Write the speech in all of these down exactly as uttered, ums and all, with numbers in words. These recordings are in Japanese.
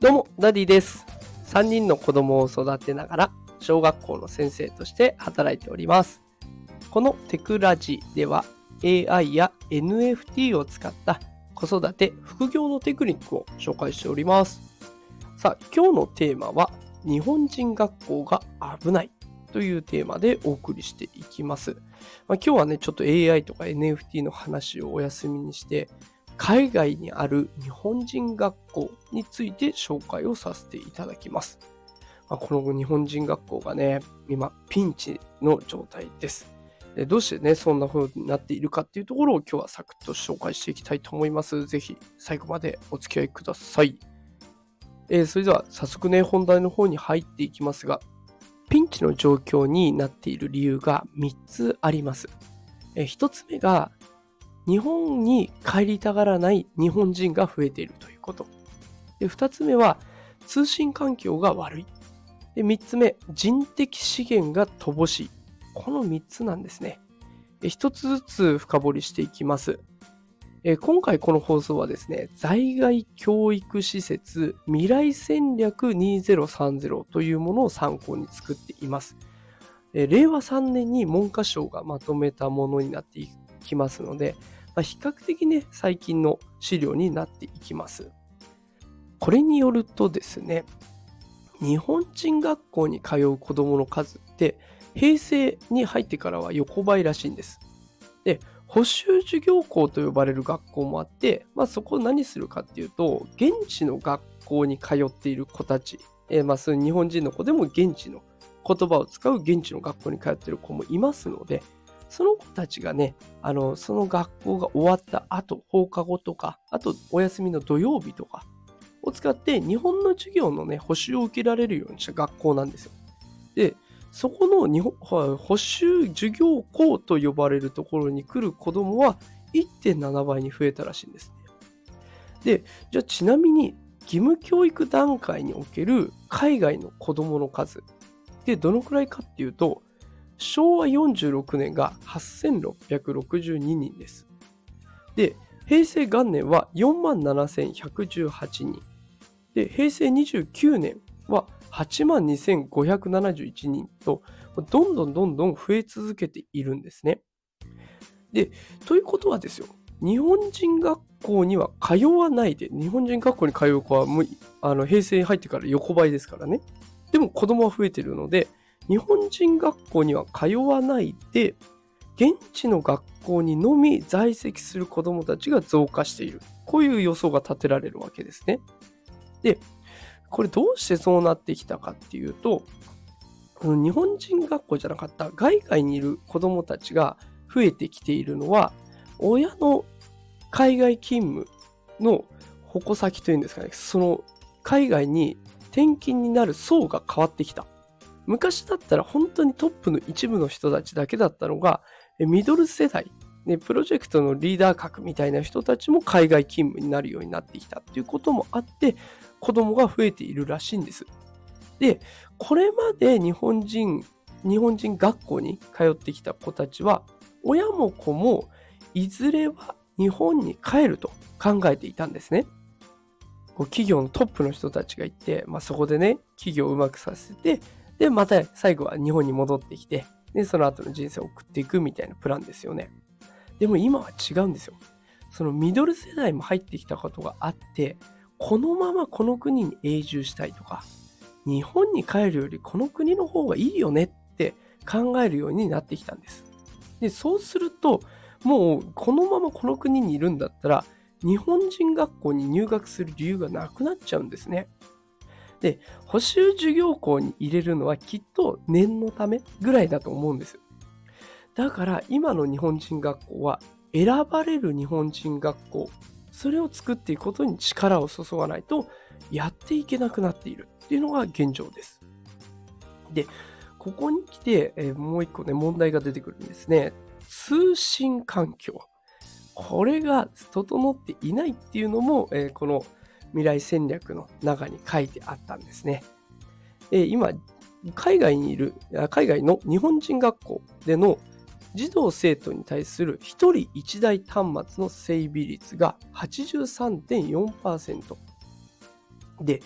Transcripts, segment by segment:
どうもダディです。さんにんの子供を育てながら小学校の先生として働いております。このテクラジでは エーアイ や エヌエフティー を使った子育て副業のテクニックを紹介しております。さあ、今日のテーマは日本人学校が危ないというテーマでお送りしていきます。まあ、今日はねちょっと エーアイ とか エヌエフティー の話をお休みにして海外にある日本人学校について紹介をさせていただきます。まあ、この日本人学校がね、今ピンチの状態です。でどうしてね、そんな風になっているかっていうところを今日はサクッと紹介していきたいと思います。ぜひ最後までお付き合いください。えー、それでは早速ね、本題の方に入っていきますが、ピンチの状況になっている理由がみっつあります。えー、ひとつめが、日本に帰りたがらない日本人が増えているということ。で、ふたつめは通信環境が悪い。で、みっつめ、人的資源が乏しい。このみっつなんですね。ひとつずつ深掘りしていきます。え今回この放送はですね、在外教育施設未来戦略にせんさんじゅうというものを参考に作っています。えれいわさんねんに文科省がまとめたものになっていきますので、まあ、比較的ね、最近の資料になっていきます。これによるとですね、日本人学校に通う子どもの数って平成に入ってからは横ばいらしいんです。で、補習授業校と呼ばれる学校もあって、まあ、そこを何するかっていうと、現地の学校に通っている子たち、えー、まあそういう日本人の子でも現地の言葉を使う現地の学校に通っている子もいますので、その子たちがね、あの、その学校が終わった後、放課後とか、あとお休みの土曜日とかを使って日本の授業のね、補習を受けられるようにした学校なんですよ。で、そこの日本補習授業校と呼ばれるところに来る子どもは いってんなな 倍に増えたらしいんですね。で、じゃあちなみに義務教育段階における海外の子どもの数ってどのくらいかっていうと、しょうわよんじゅうろくねんがはっせんろっぴゃくろくじゅうににんです。で、平成元年は よんまんななせんひゃくじゅうはちにん。で、平成にじゅうきゅうねんは はちまんにせんごひゃくななじゅういちにんと、どんどんどんどん増え続けているんですね。で、ということはですよ、日本人学校には通わないで、日本人学校に通う子はもうあの平成に入ってから横ばいですからね。でも子供は増えているので、日本人学校には通わないで、現地の学校にのみ在籍する子どもたちが増加している。こういう予想が立てられるわけですね。で、これどうしてそうなってきたかっていうと、日本人学校じゃなかった海外にいる子どもたちが増えてきているのは、親の海外勤務の矛先というんですかね、その海外に転勤になる層が変わってきた。昔だったら本当にトップの一部の人たちだけだったのが、ミドル世代、ね、プロジェクトのリーダー格みたいな人たちも海外勤務になるようになってきたっていうこともあって、子供が増えているらしいんです。で、これまで日本人、日本人学校に通ってきた子たちは、親も子もいずれは日本に帰ると考えていたんですね。こう企業のトップの人たちがいて、まあ、そこでね、企業をうまくさせて、で、また最後は日本に戻ってきて、で、その後の人生を送っていくみたいなプランですよね。でも今は違うんですよ。そのミドル世代も入ってきたことがあって、このままこの国に永住したいとか、日本に帰るよりこの国の方がいいよねって考えるようになってきたんです。で、そうすると、もうこのままこの国にいるんだったら、日本人学校に入学する理由がなくなっちゃうんですね。で、補習授業校に入れるのはきっと念のためぐらいだと思うんです。だから今の日本人学校は選ばれる日本人学校、それを作っていくことに力を注がないとやっていけなくなっているっていうのが現状です。で、ここに来て、えー、もう一個ね問題が出てくるんですね。通信環境。これが整っていないっていうのも、えー、この未来戦略の中に書いてあったんですね。え今、海外にいる、海外の日本人学校での児童生徒に対するひとりいちだい端末の整備率が はちじゅうさんてんよんパーセント。で、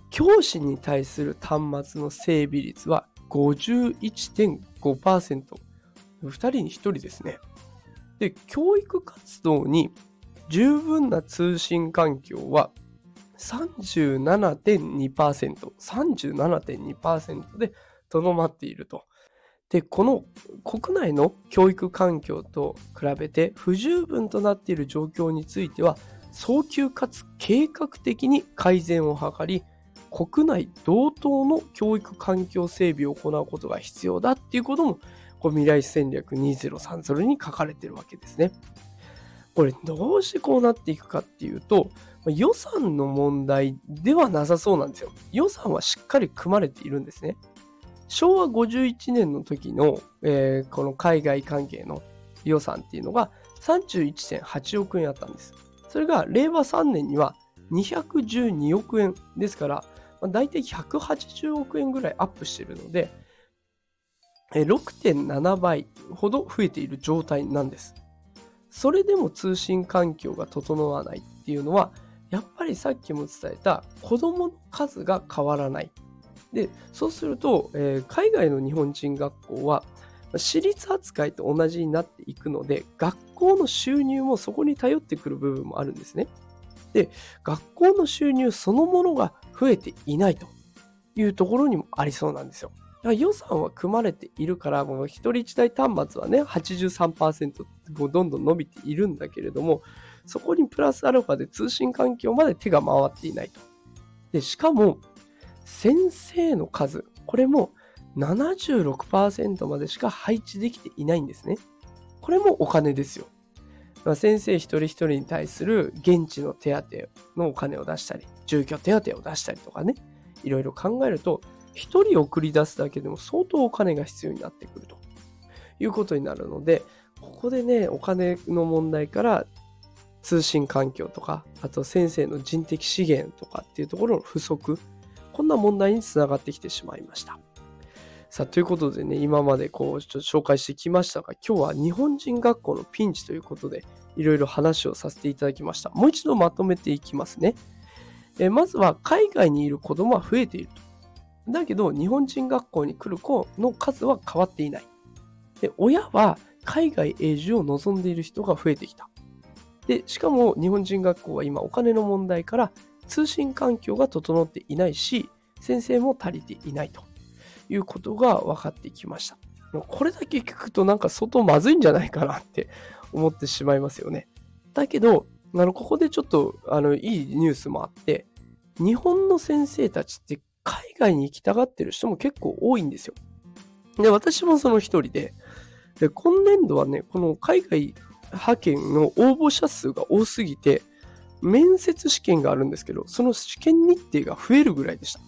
教師に対する端末の整備率は ごじゅういってんごパーセント。ふたりにひとりですね。で、教育活動に十分な通信環境は さんじゅうななてんにパーセント、さんじゅうななてんにパーセント でとどまっていると。で、この国内の教育環境と比べて不十分となっている状況については、早急かつ計画的に改善を図り、国内同等の教育環境整備を行うことが必要だっていうことも、こう未来戦略にせんさんじゅうに書かれているわけですね。これどうしてこうなっていくかっていうと、予算の問題ではなさそうなんですよ。予算はしっかり組まれているんですね。しょうわごじゅういちねんの時の、えー、この海外関係の予算っていうのが さんじゅういってんはちおくえんあったんです。それがれいわさんねんにはにひゃくじゅうにおくえんですから、まあ、大体ひゃくはちじゅうおくえんぐらいアップしているので、えー、ろくてんななばいほど増えている状態なんです。それでも通信環境が整わないっていうのは、やっぱりさっきも伝えた子どもの数が変わらない。で、そうすると、えー、海外の日本人学校は私立扱いと同じになっていくので、学校の収入もそこに頼ってくる部分もあるんですね。で、学校の収入そのものが増えていないというところにもありそうなんですよ。だから予算は組まれているから、もう一人一台端末はね、はちじゅうさんパーセント どんどん伸びているんだけれども、そこにプラスアルファで通信環境まで手が回っていないと。で、しかも、先生の数、これも ななじゅうろくパーセント までしか配置できていないんですね。これもお金ですよ。まあ、先生一人一人に対する現地の手当のお金を出したり、住居手当を出したりとかね、いろいろ考えると、一人送り出すだけでも相当お金が必要になってくるということになるので、ここでね、お金の問題から通信環境とか、あと先生の人的資源とかっていうところの不足、こんな問題につながってきてしまいました。さあ、ということでね、今までこうちょっと紹介してきましたが、今日は日本人学校のピンチということで、いろいろ話をさせていただきました。もう一度まとめていきますね。えまずは海外にいる子供は増えていると。だけど日本人学校に来る子の数は変わっていない。で、親は海外永住を望んでいる人が増えてきた。で、しかも日本人学校は今お金の問題から通信環境が整っていないし、先生も足りていないということが分かってきました。これだけ聞くとなんか相当まずいんじゃないかなって思ってしまいますよね。だけど、あのここでちょっとあのいいニュースもあって、日本の先生たちって海外に行きたがってる人も結構多いんですよ。で、私もその一人で、で今年度はね、この海外派遣の応募者数が多すぎて、面接試験があるんですけど、その試験日程が増えるぐらいでした。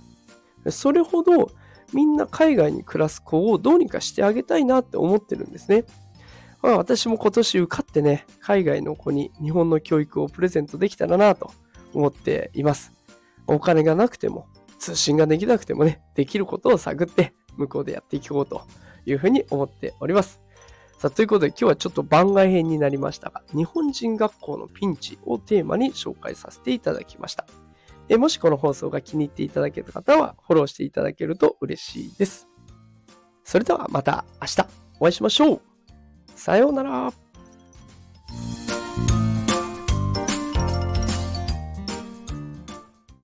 それほどみんな海外に暮らす子をどうにかしてあげたいなって思ってるんですね。まあ、私も今年受かってね、海外の子に日本の教育をプレゼントできたらなと思っています。お金がなくても、通信ができなくてもね、できることを探って向こうでやっていこうというふうに思っております。さあ、ということで今日はちょっと番外編になりましたが、日本人学校のピンチをテーマに紹介させていただきました。えもしこの放送が気に入っていただけた方はフォローしていただけると嬉しいです。それではまた明日お会いしましょう。さようなら。